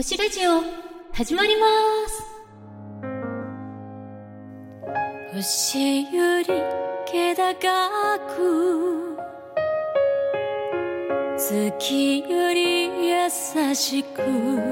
星ラジオ始まります。星より気高く、月より優しく。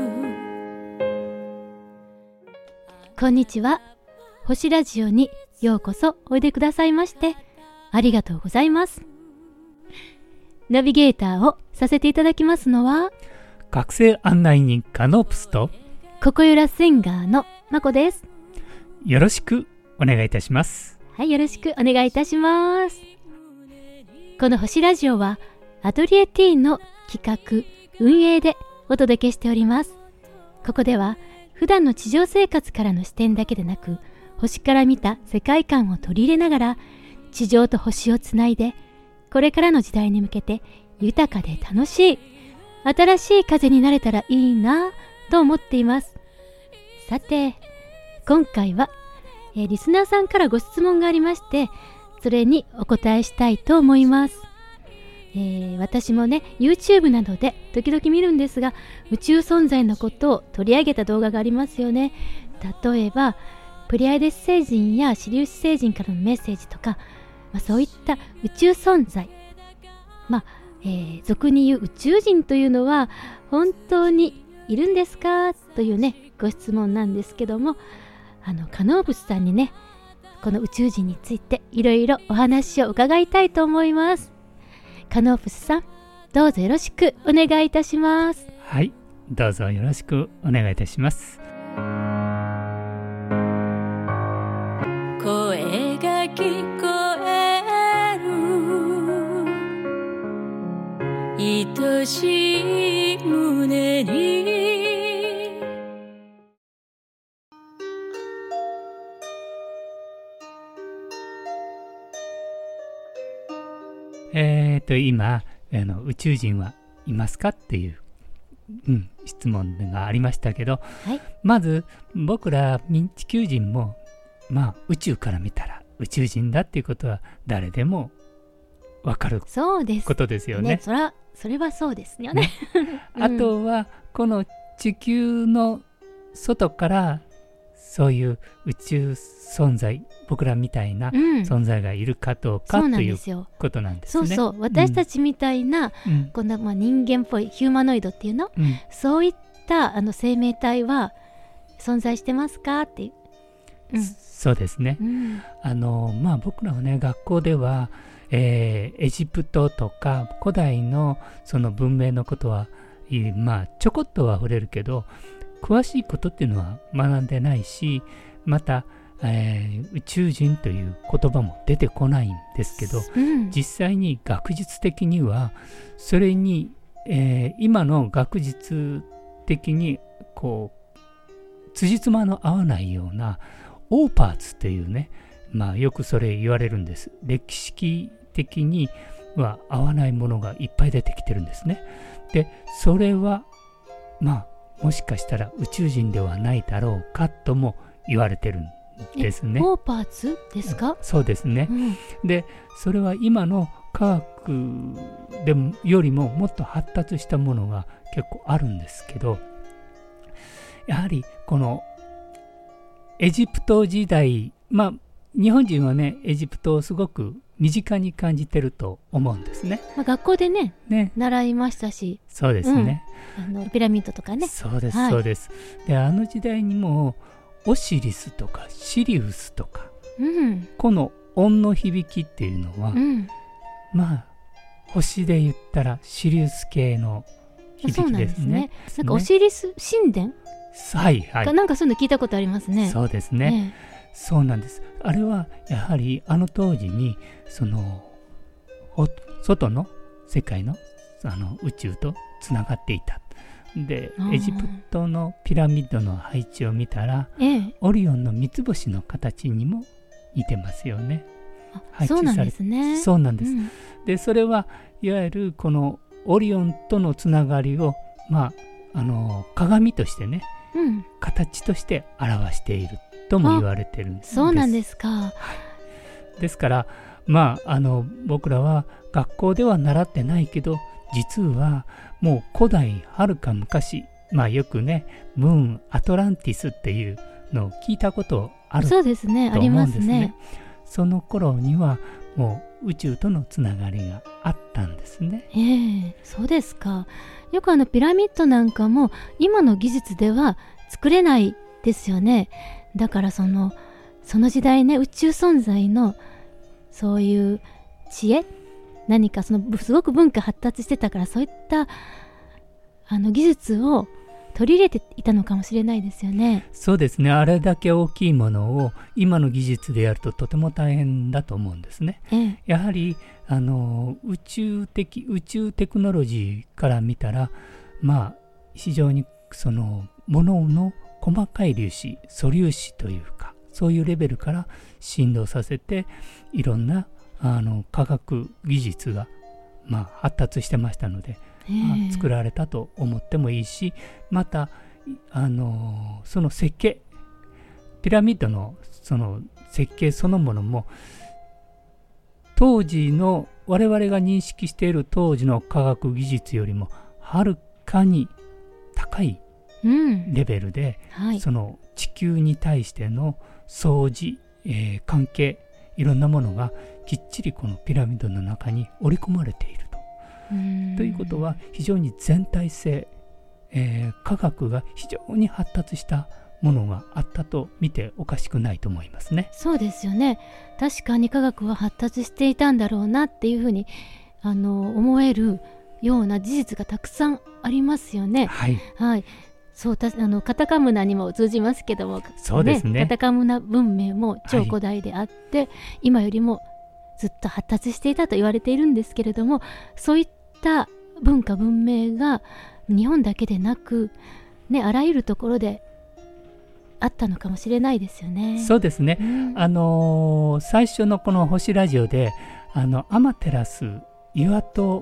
こんにちは。星ラジオにようこそおいでくださいましてありがとうございます。ナビゲーターをさせていただきますのは学生案内人カノープスとここよらシンガーのまこです。 よろしくお願いいたします。 はい、よろしくお願いいたします。この星ラジオはアトリエ T の企画運営でお届けしております。ここでは普段の地上生活からの視点だけでなく、星から見た世界観を取り入れながら地上と星をつないで、これからの時代に向けて豊かで楽しい新しい風になれたらいいなと思っています。さて、今回は、リスナーさんからご質問がありまして、それにお答えしたいと思います。私もね YouTube などで時々見るんですが、宇宙存在のことを取り上げた動画がありますよね。例えばプリアデス星人やシリウス星人からのメッセージとか、そういった宇宙存在、俗に言う宇宙人というのは本当にいるんですかというねご質問なんですけども、カノーブスさんにねこの宇宙人についていろいろお話を伺いたいと思います。カノープスさん、どうぞよろしくお願いいたします。 はい、どうぞよろしくお願いいたします。 声が聞こえる愛しい胸に。 今宇宙人はいますかっていう、質問がありましたけど、 はい、 まず僕ら地球人も宇宙から見たら宇宙人だっていうことは誰でも分かることですよね。 それはそうですよね。 あとはこの地球の外からそういう宇宙存在、僕らみたいな存在がいるかどうか、ということなんですね。 そう、私たちみたいな、こんな人間っぽいヒューマノイドっていうの、そういった生命体は存在してますかっていう、 そうですね。僕らはね学校では、エジプトとか古代のその文明のことはちょこっとは触れるけど、詳しいことっていうのは学んでないし、また、宇宙人という言葉も出てこないんですけど、実際に学術的にはそれに、今の学術的にこう辻褄の合わないようなオーパーツというね、よくそれ言われるんです。歴史的には合わないものがいっぱい出てきてるんですね。でそれはもしかしたら宇宙人ではないだろうかとも言われてるんですね。 オーパーツですか？ そうですね。でそれは今の科学でもよりももっと発達したものが結構あるんですけど、やはりこのエジプト時代、日本人はねエジプトをすごく身近に感じてると思うんですね。 学校でね習いましたし。 そうですね、 ピラミッドとかね。 そうです、そうです。で時代にもオシリスとかシリウスとか、この音の響きっていうのは、星で言ったらシリウス系の響きですね。 なんかオシリス神殿、なんかそういうの聞いたことありますね。 そうですね、そうなんです。あれはやはり当時にその外の世界の宇宙とつながっていた。でエジプトのピラミッドの配置を見たら、オリオンの三つ星の形にも似てますよね。 そうなんですね。 そうなんです、でそれはいわゆるこのオリオンとのつながりを鏡としてね、形として表しているとも言われてるんです。 そうなんですか。 ですから僕らは学校では習ってないけど、実はもう古代はるか昔よくねムーンアトランティスっていうのを聞いたことあるとそうですね、あり思うますね。 んですね。その頃にはもう宇宙とのつながりがあったんですね。 そうですか。よくピラミッドなんかも今の技術では作れないですよね。だからその時代ね、宇宙存在のそういう知恵、何かすごく文化発達してたから、そういった技術を取り入れていたのかもしれないですよね。 そうですね。あれだけ大きいものを今の技術でやるととても大変だと思うんですね。やはり宇宙テクノロジーから見たら、非常にそのものの細かい粒子、素粒子というか、そういうレベルから振動させて、いろんな科学技術が発達してましたので、作られたと思ってもいいし、またその設計、ピラミッドのその設計そのものも、当時の我々が認識している当時の科学技術よりもはるかに高いレベルで、その地球に対しての相似、関係、いろんなものがきっちりこのピラミッドの中に織り込まれているということは、非常に全体性、科学が非常に発達したものがあったと見ておかしくないと思いますね。 そうですよね。確かに科学は発達していたんだろうなっていうふうに思えるような事実がたくさんありますよね。そう、カタカムナにも通じますけども、 そうですね。 カタカムナ文明も超古代であって、今よりもずっと発達していたと言われているんですけれども、そういった文化文明が日本だけでなく、あらゆるところであったのかもしれないですよね。 そうですね。最初のこの星ラジオでアマテラス岩戸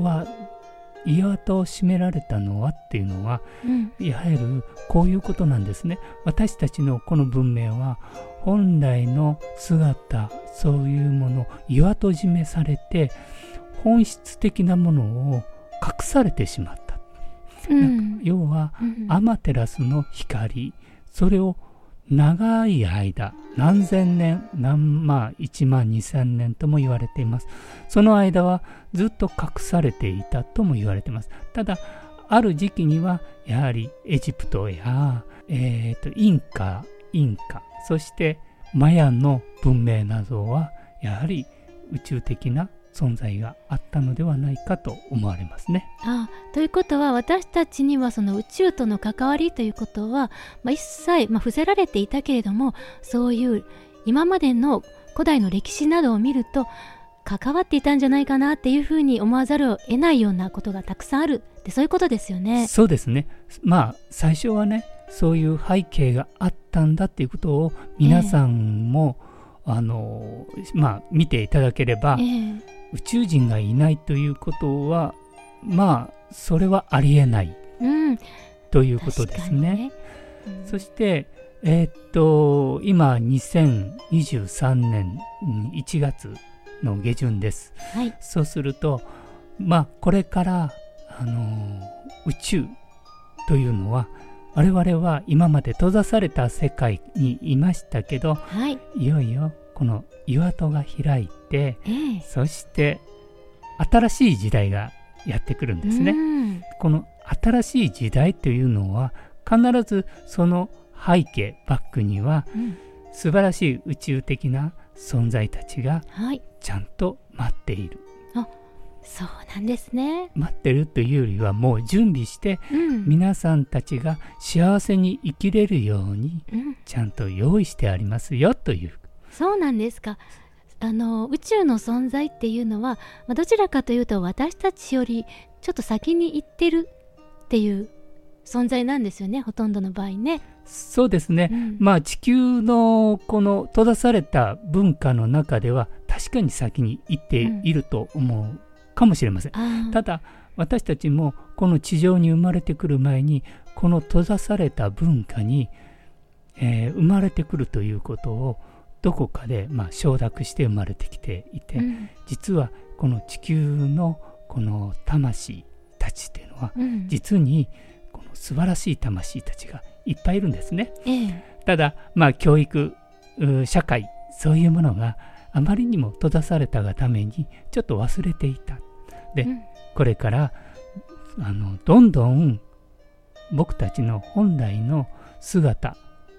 を占められたのはっていうのは、やはりこういうことなんですね。私たちのこの文明は本来の姿、そういうもの岩戸締めされて、本質的なものを隠されてしまった、要は、アマテラスの光、それを長い間、何千年、1万2000年とも言われています。その間はずっと隠されていたとも言われています。ただ、ある時期にはやはりエジプトや、インカ、そしてマヤの文明などはやはり宇宙的な存在があったのではないかと思われますね。 ということは、私たちにはその宇宙との関わりということは、一切、伏せられていたけれども、そういう今までの古代の歴史などを見ると関わっていたんじゃないかなっていうふうに思わざるを得ないようなことがたくさんあるって、そういうことですよね。 そうですね。最初はね、そういう背景があったんだっていうことを皆さんも、見ていただければ、宇宙人がいないということはそれはありえない、ということですね。そして今2023年1月の下旬です。そうするとこれから宇宙というのは、我々は今まで閉ざされた世界にいましたけど、いよいよこの岩戸が開いて、そして新しい時代がやってくるんですね。この新しい時代というのは、必ずその背景バックには、素晴らしい宇宙的な存在たちがちゃんと待っている。 そうなんですね。 待ってるというよりは、もう準備して、皆さんたちが幸せに生きれるように、ちゃんと用意してありますよという。 そうなんですか。宇宙の存在っていうのは、どちらかというと私たちよりちょっと先に行ってるっていう存在なんですよね、ほとんどの場合ね。 そうですね。地球のこの閉ざされた文化の中では確かに先に行っていると思うかもしれません。ただ私たちもこの地上に生まれてくる前に、この閉ざされた文化に、生まれてくるということをどこかで承諾して生まれてきていて、実はこの地球のこの魂たちっていうのは、実にこの素晴らしい魂たちがいっぱいいるんですね。ただ、教育、社会、そういうものがあまりにも閉ざされたがためにちょっと忘れていた。で、これからどんどん僕たちの本来の姿、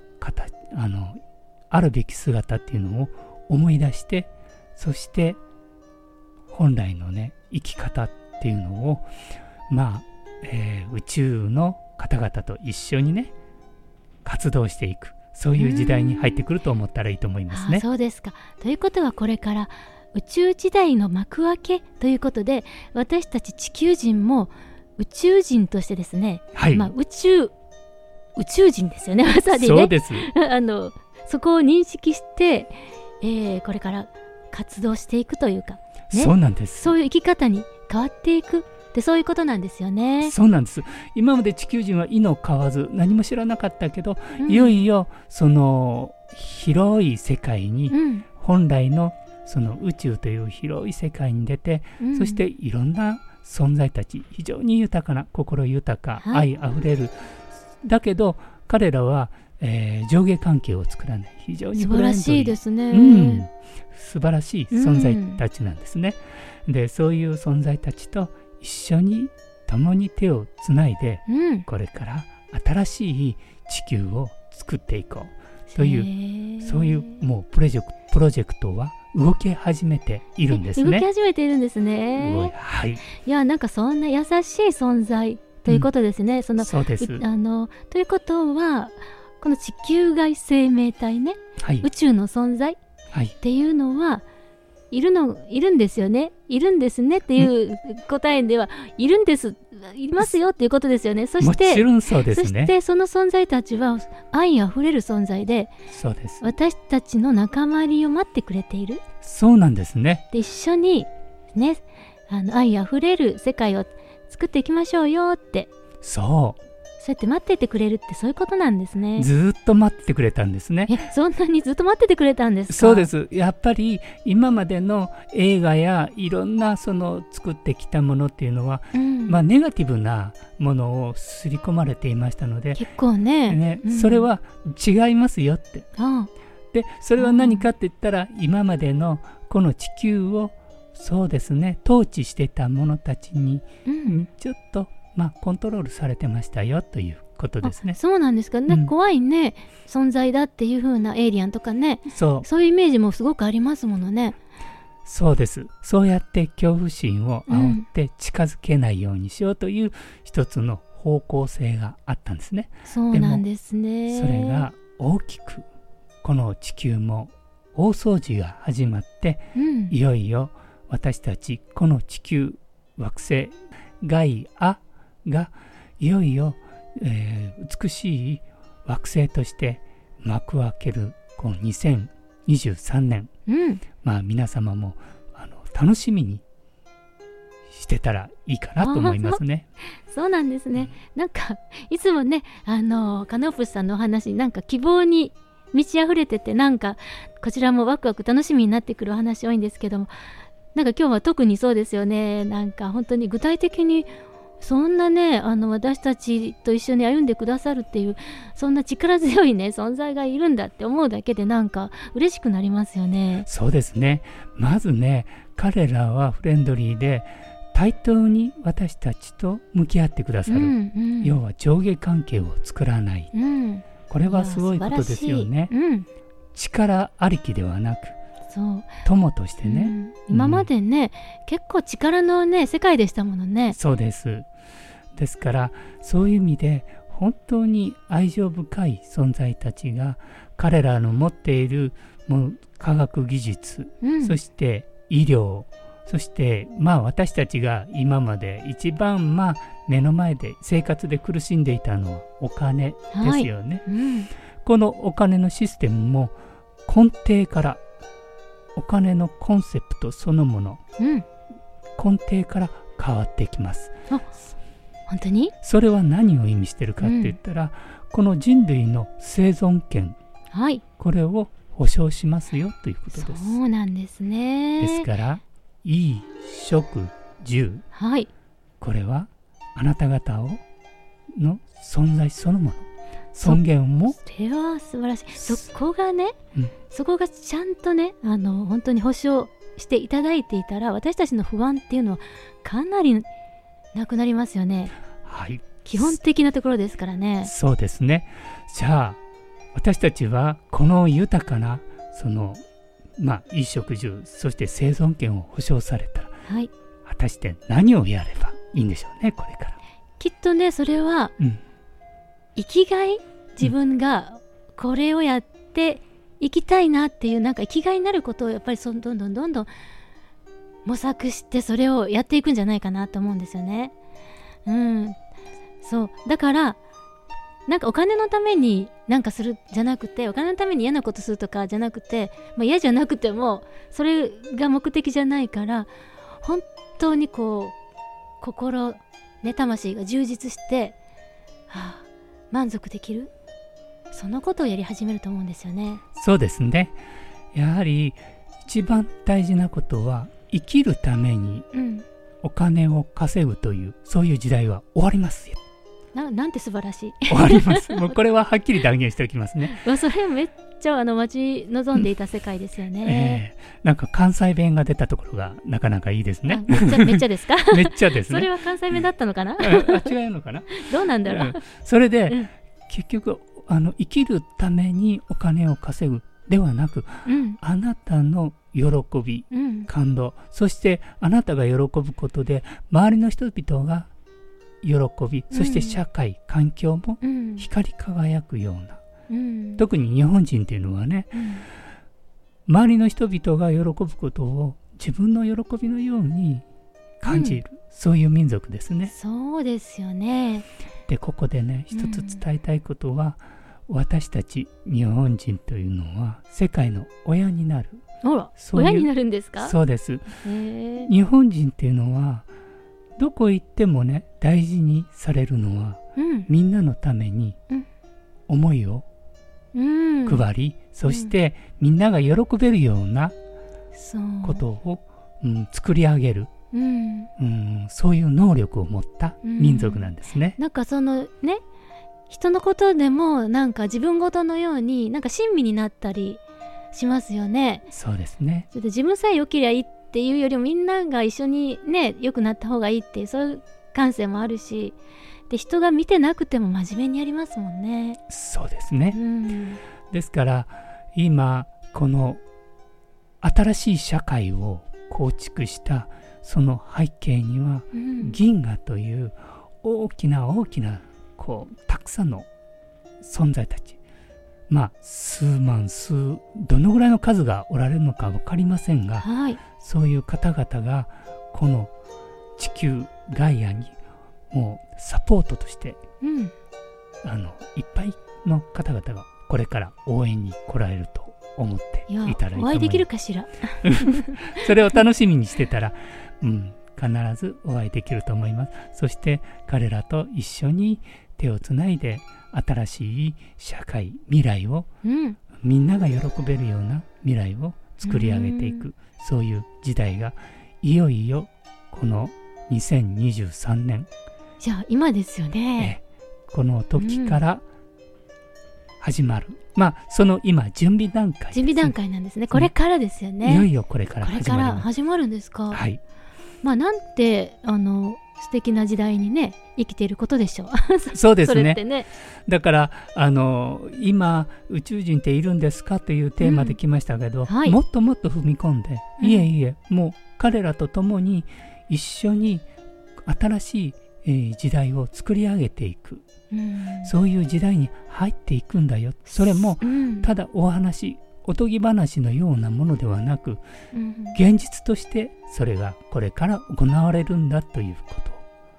あるべき姿っていうのを思い出して、そして本来のね生き方っていうのを宇宙の方々と一緒にね活動していく、そういう時代に入ってくると思ったらいいと思いますね。 そうですか。ということはこれから宇宙時代の幕開けということで、私たち地球人も宇宙人としてですね、宇宙人ですよね、まさにね。 そうですそこを認識して、これから活動していくというか、ね、 そうなんです。 そういう生き方に変わっていくで、そういうことなんですよね。 そうなんです。今まで地球人は意の変わず何も知らなかったけど、いよいよその広い世界に、本来のその宇宙という広い世界に出て、そしていろんな存在たち、非常に豊かな、心豊か、愛あふれる。だけど彼らは、上下関係を作らない、非常に素晴らしいですね。 素晴らしい存在たちなんですね。で、そういう存在たちと一緒に共に手をつないで、これから新しい地球を作っていこうという、そういうもうプロジェクトは動き始めているんですね。 動き始めているんですね。いや、なんかそんな優しい存在ということですね。 そうです。 ということは、この地球外生命体ね、宇宙の存在っていうのは、いるんですよね、いるんですねっていう答えでは、いるんです、いますよっていうことですよね。そしてもちろんそうですね。 そしてその存在たちは愛あふれる存在で、 そうです。 私たちの仲間入りを待ってくれている。 そうなんですね。 で、一緒にね、愛あふれる世界を作っていきましょうよって、そうやって待っててくれるって、そういうことなんですね。 ずっと待っててくれたんですね。 そんなにずっと待っててくれたんですか？ そうです。やっぱり今までの映画やいろんなその作ってきたものっていうのは、ネガティブなものを刷り込まれていましたので、 結構ね、 それは違いますよって。で、それは何かって言ったら、今までのこの地球をそうですね、統治してた者たちに、ちょっとコントロールされてましたよということですね。 そうなんですかね。怖いね存在だっていう風なエイリアンとかね、そういうイメージもすごくありますものね。 そうです。そうやって恐怖心を煽って近づけないようにしようという一つの方向性があったんですね。 そうなんですね。 それが大きくこの地球も大掃除が始まって、いよいよ私たちこの地球惑星ガイアがいよいよ、美しい惑星として幕開けるこの2023年、皆様も楽しみにしてたらいいかなと思いますね。 そうなんですね。なんかいつもね、カノープスさんのお話、なんか希望に満ち溢れてて、なんかこちらもワクワク楽しみになってくるお話多いんですけども、なんか今日は特にそうですよね。なんか本当に具体的にそんなね、私たちと一緒に歩んでくださるっていう、そんな力強いね存在がいるんだって思うだけで、なんか嬉しくなりますよね。 そうですね。まずね、彼らはフレンドリーで対等に私たちと向き合ってくださる、要は上下関係を作らない、これはすごいことですよね。力ありきではなく、友としてね、 今までね、結構力のね世界でしたものね。 そうです。ですからそういう意味で本当に愛情深い存在たちが、彼らの持っている科学技術、そして医療、そして私たちが今まで一番目の前で生活で苦しんでいたのはお金ですよね。このお金のシステムも根底からお金のコンセプトそのもの、根底から変わってきます。 本当に？ それは何を意味しているかって言ったら、この人類の生存権、これを保証しますよということです。 そうなんですね。 ですから衣食住、これはあなた方をの存在そのもの、尊厳も、 それは素晴らしい。そこがね、そこがちゃんとね、本当に保証していただいていたら、私たちの不安っていうのはかなりなくなりますよね。 はい、 基本的なところですからね。 そうですね。じゃあ私たちはこの豊かなその衣食住、そして生存権を保障されたら、はい、果たして何をやればいいんでしょうね、これから。 きっとね、それは、生きがい、自分がこれをやっていきたいなっていう、なんか生きがいになることをやっぱりどんどん模索して、それをやっていくんじゃないかなと思うんですよね。そうだからなんかお金のためになんかするじゃなくて、お金のために嫌なことするとかじゃなくて、嫌じゃなくてもそれが目的じゃないから、本当にこう心ね、魂が充実して、満足できる、そのことをやり始めると思うんですよね。 そうですね。やはり一番大事なことは、生きるためにお金を稼ぐという、そういう時代は終わりますよ。 なんて素晴らしい。 終わります。もうこれははっきり断言しておきますね。 それめっちゃ待ち望んでいた世界ですよね。 なんか関西弁が出たところがなかなかいいですね。 めっちゃですか？ めっちゃですね。 それは関西弁だったのかな？ 違うのかな？ どうなんだろう。 それで、結局生きるためにお金を稼ぐではなく、あなたの喜び、感動、そしてあなたが喜ぶことで周りの人々が喜び、そして社会、環境も光り輝くような、特に日本人っていうのはね、周りの人々が喜ぶことを自分の喜びのように感じる、そういう民族ですね。 そうですよね。 でここでね、一つ伝えたいことは、私たち日本人というのは世界の親になる。 親になるんですか？ そうです。日本人っていうのはどこ行ってもね、大事にされるのは、みんなのために思いを配り、そしてみんなが喜べるようなことを、作り上げる、そういう能力を持った民族なんですね。 なんかそのね、人のことでもなんか自分ごとのようになんか親身になったりしますよね。 そうですね。 それで自分さえ良ければいいっていうよりも、みんなが一緒にね良くなった方がいいっていう、そういう感性もあるし、で人が見てなくても真面目にやりますもんね。 そうですね、ですから今この新しい社会を構築したその背景には、銀河という大きなたくさんの存在たち、数万どのぐらいの数がおられるのか分かりませんが、そういう方々がこの地球ガイアにもうサポートとして、いっぱいの方々がこれから応援に来られると思っていたらいいと思います。 お会いできるかしら。 それを楽しみにしてたら、必ずお会いできると思います。そして彼らと一緒に手をつないで、新しい社会、未来を、みんなが喜べるような未来を作り上げていく、そういう時代がいよいよこの2023年、 じゃあ今ですよね。 この時から始まる、その今準備段階ですね。準備段階なんですね。これからですよね。 いよいよこれから始まります。これから始まるんですか。 はい。 なんて素敵な時代にね生きていることでしょう。 そうですね。 それってね。 だから今宇宙人っているんですかというテーマで来ましたけど、もっともっと踏み込んで、いえもう彼らと共に一緒に新しい、時代を作り上げていく、そういう時代に入っていくんだよ。それも、ただお話、おとぎ話のようなものではなく、現実としてそれがこれから行われるんだということ。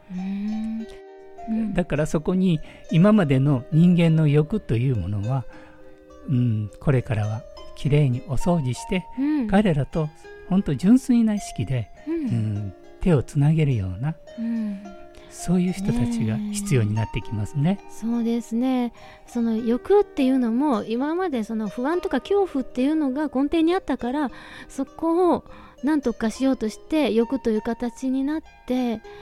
だからそこに今までの人間の欲というものは、これからはきれいにお掃除して、彼らと本当純粋な意識で、手をつなげるような、そういう人たちが必要になってきますね。 そうですね。その欲っていうのも今までその不安とか恐怖っていうのが根底にあったから、そこを何とかしようとして欲という形になって、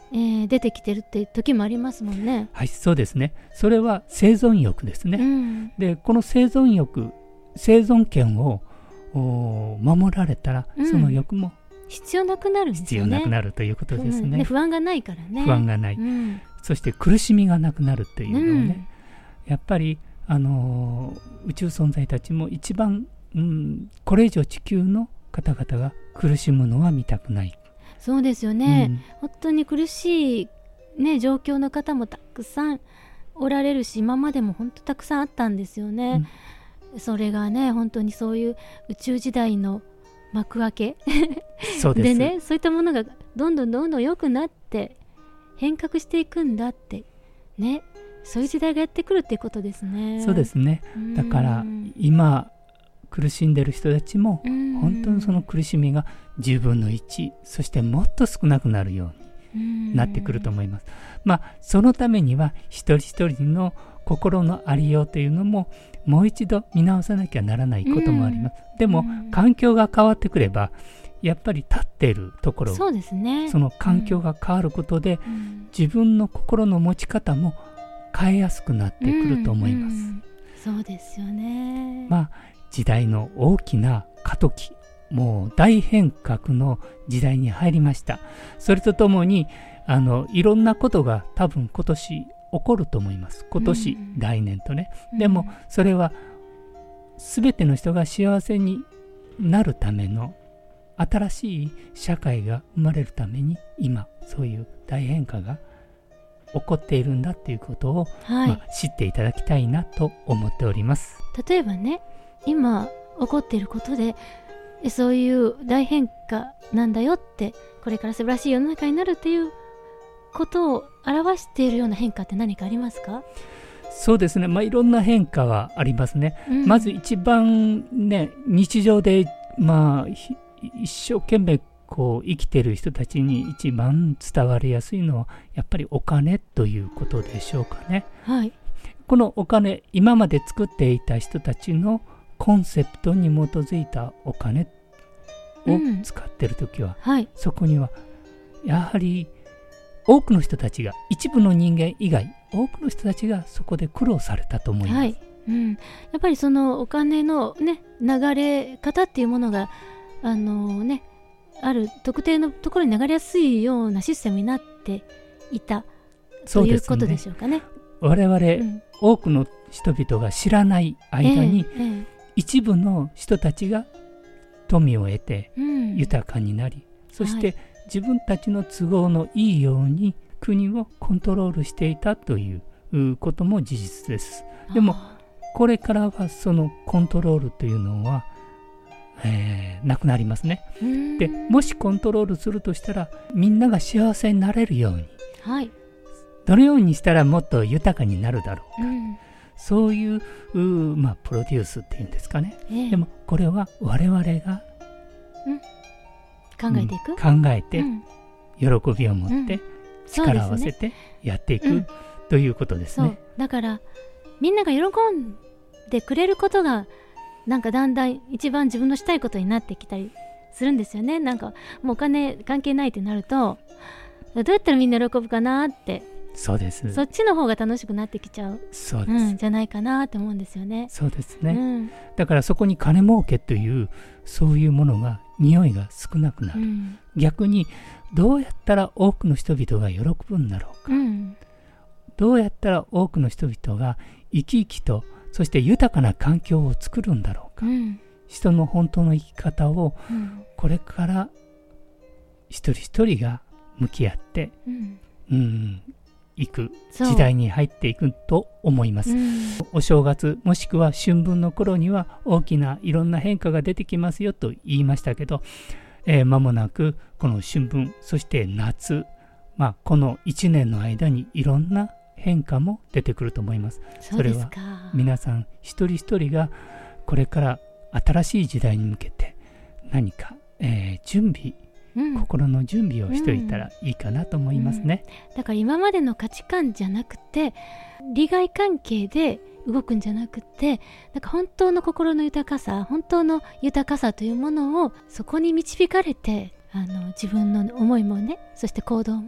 出てきてるっていう時もありますもんね。 はい、そうですね。それは生存欲ですね。で、この生存欲、生存権を守られたら、その欲も必要なくなるんですよね。 必要なくなるということですね。 不安がないからね。 不安がない。そして苦しみがなくなるというのをね、やっぱり、宇宙存在たちも一番、これ以上地球の方々が苦しむのは見たくない。 そうですよね。本当に苦しい、状況の方もたくさんおられるし、今までも本当たくさんあったんですよね。それがね、本当にそういう宇宙時代の幕開けそうです。 でね、そういったものがどんどん良くなって変革していくんだってね、そういう時代がやってくるっていうことですね。 そうですね。だから今苦しんでる人たちも本当にその苦しみが10分の1、そしてもっと少なくなるようになってくると思います。そのためには一人一人の心のありようというのももう一度見直さなきゃならないこともあります。でも環境が変わってくればやっぱり立っているところ、 そうですね、 その環境が変わることで、自分の心の持ち方も変えやすくなってくると思います。 そうですよね。 時代の大きな過渡期、もう大変革の時代に入りました。それとともにいろんなことが多分今年起こると思います。今年、来年とね。でもそれは全ての人が幸せになるための新しい社会が生まれるために今そういう大変化が起こっているんだっていうことを、知っていただきたいなと思っております。 例えばね、今起こっていることでそういう大変化なんだよって、これから素晴らしい世の中になるっていうことを表しているような変化って何かありますか？ そうですね、いろんな変化はありますね。まず一番ね、日常で一生懸命生きている人たちに一番伝わりやすいのはやっぱりお金ということでしょうかね。このお金、今まで作っていた人たちのコンセプトに基づいたお金を使っているときは、そこにはやはり多くの人たちが、一部の人間以外多くの人たちがそこで苦労されたと思います。やっぱりそのお金のね、流れ方っていうものがある特定のところに流れやすいようなシステムになっていたということでしょうかね。 我々、多くの人々が知らない間に、一部の人たちが富を得て豊かになり、そして自分たちの都合のいいように国をコントロールしていたということも事実です。でもこれからはそのコントロールというのは、なくなりますね。でもしコントロールするとしたら、みんなが幸せになれるように、どのようにしたらもっと豊かになるだろうか、そういうプロデュースっていうんですかね。でもこれは我々が考えていく、 考えて、喜びを持って、力を合わせてやっていく、ということですね。 だからみんなが喜んでくれることがなんかだんだん一番自分のしたいことになってきたりするんですよね。なんかもうお金関係ないってなると、どうやったらみんな喜ぶかなって、 そうです、 そっちの方が楽しくなってきちゃう、 そうです、 じゃないかなと思うんですよね。 そうですね、だからそこに金儲けというそういうものが匂いが少なくなる、逆にどうやったら多くの人々が喜ぶんだろうか、どうやったら多くの人々が生き生きと、そして豊かな環境を作るんだろうか、人の本当の生き方をこれから一人一人が向き合っていく時代に入っていくと思います。お正月もしくは春分の頃には大きないろんな変化が出てきますよと言いましたけど、間もなくこの春分、そして夏、この1年の間にいろんな変化も出てくると思います。それは皆さん一人一人がこれから新しい時代に向けて何か、準備、心の準備をしておいたらいいかなと思いますね。 だから今までの価値観じゃなくて、利害関係で動くんじゃなくて、なんか本当の心の豊かさ、本当の豊かさというものをそこに導かれて、自分の思いもね、そして行動も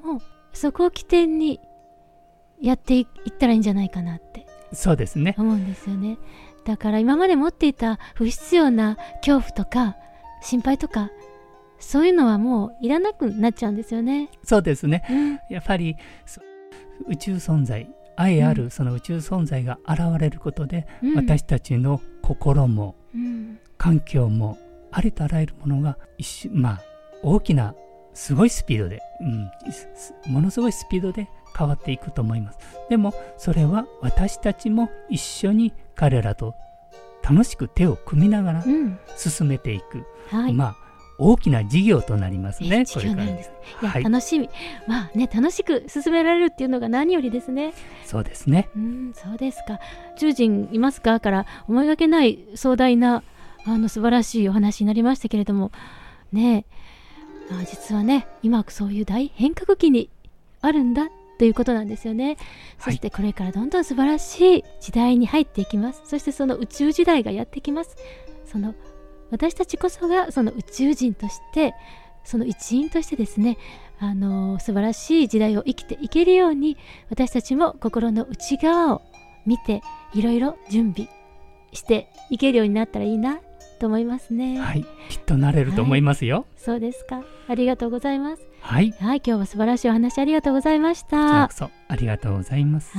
そこを起点にやっていったらいいんじゃないかなってそうですね。 思うんですよね。だから今まで持っていた不必要な恐怖とか心配とかそういうのはもういらなくなっちゃうんですよね。 そうですね。やっぱり宇宙存在、愛あるその宇宙存在が現れることで、私たちの心も、環境もありとあらゆるものが大きなすごいスピードで、ものすごいスピードで変わっていくと思います。でもそれは私たちも一緒に彼らと楽しく手を組みながら進めていく、大きな事業となりますね。 これからですね。楽しみ、楽しく進められるっていうのが何よりですね。 そうですね。 そうですか。宇宙人いますかから思いがけない壮大な素晴らしいお話になりましたけれどもね、実はね今そういう大変革期にあるんだということなんですよね。そしてこれからどんどん素晴らしい時代に入っていきます。そしてその宇宙時代がやってきます。私たちこそがその宇宙人としてその一員としてですね、素晴らしい時代を生きていけるように私たちも心の内側を見ていろいろ準備していけるようになったらいいなと思いますね。 きっとなれると思いますよ。 そうですか。ありがとうございます。 今日は素晴らしいお話ありがとうございました。 こちらこそありがとうございます。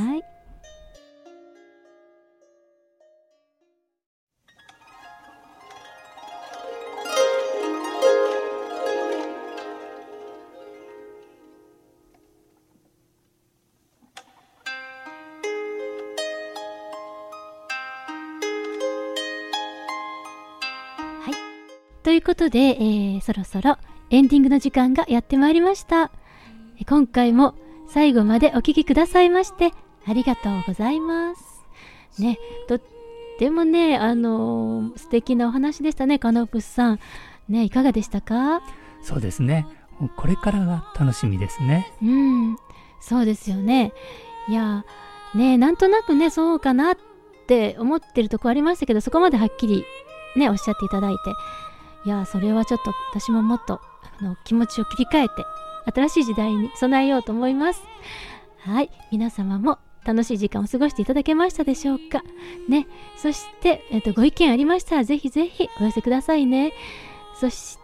ということで、そろそろエンディングの時間がやってまいりました。今回も最後までお聞きくださいましてありがとうございますね。とってもね素敵なお話でしたね。カノプスさんね、いかがでしたか？ そうですね、これからが楽しみですね。 そうですよね。いやね、なんとなくねそうかなって思ってるとこありましたけど、そこまではっきりねおっしゃっていただいて、それはちょっと私ももっと気持ちを切り替えて新しい時代に備えようと思います。皆様も楽しい時間を過ごしていただけましたでしょうかね。そして、ご意見ありましたらぜひぜひお寄せくださいね。そして、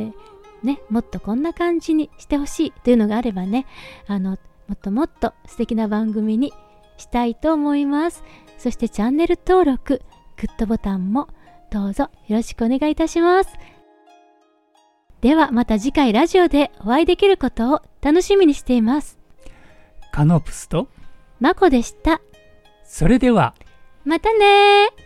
もっとこんな感じにしてほしいというのがあればね、もっともっと素敵な番組にしたいと思います。そしてチャンネル登録、グッドボタンもどうぞよろしくお願いいたします。ではまた次回ラジオでお会いできることを楽しみにしています。 カノプスとマコでした。 それではまたねー。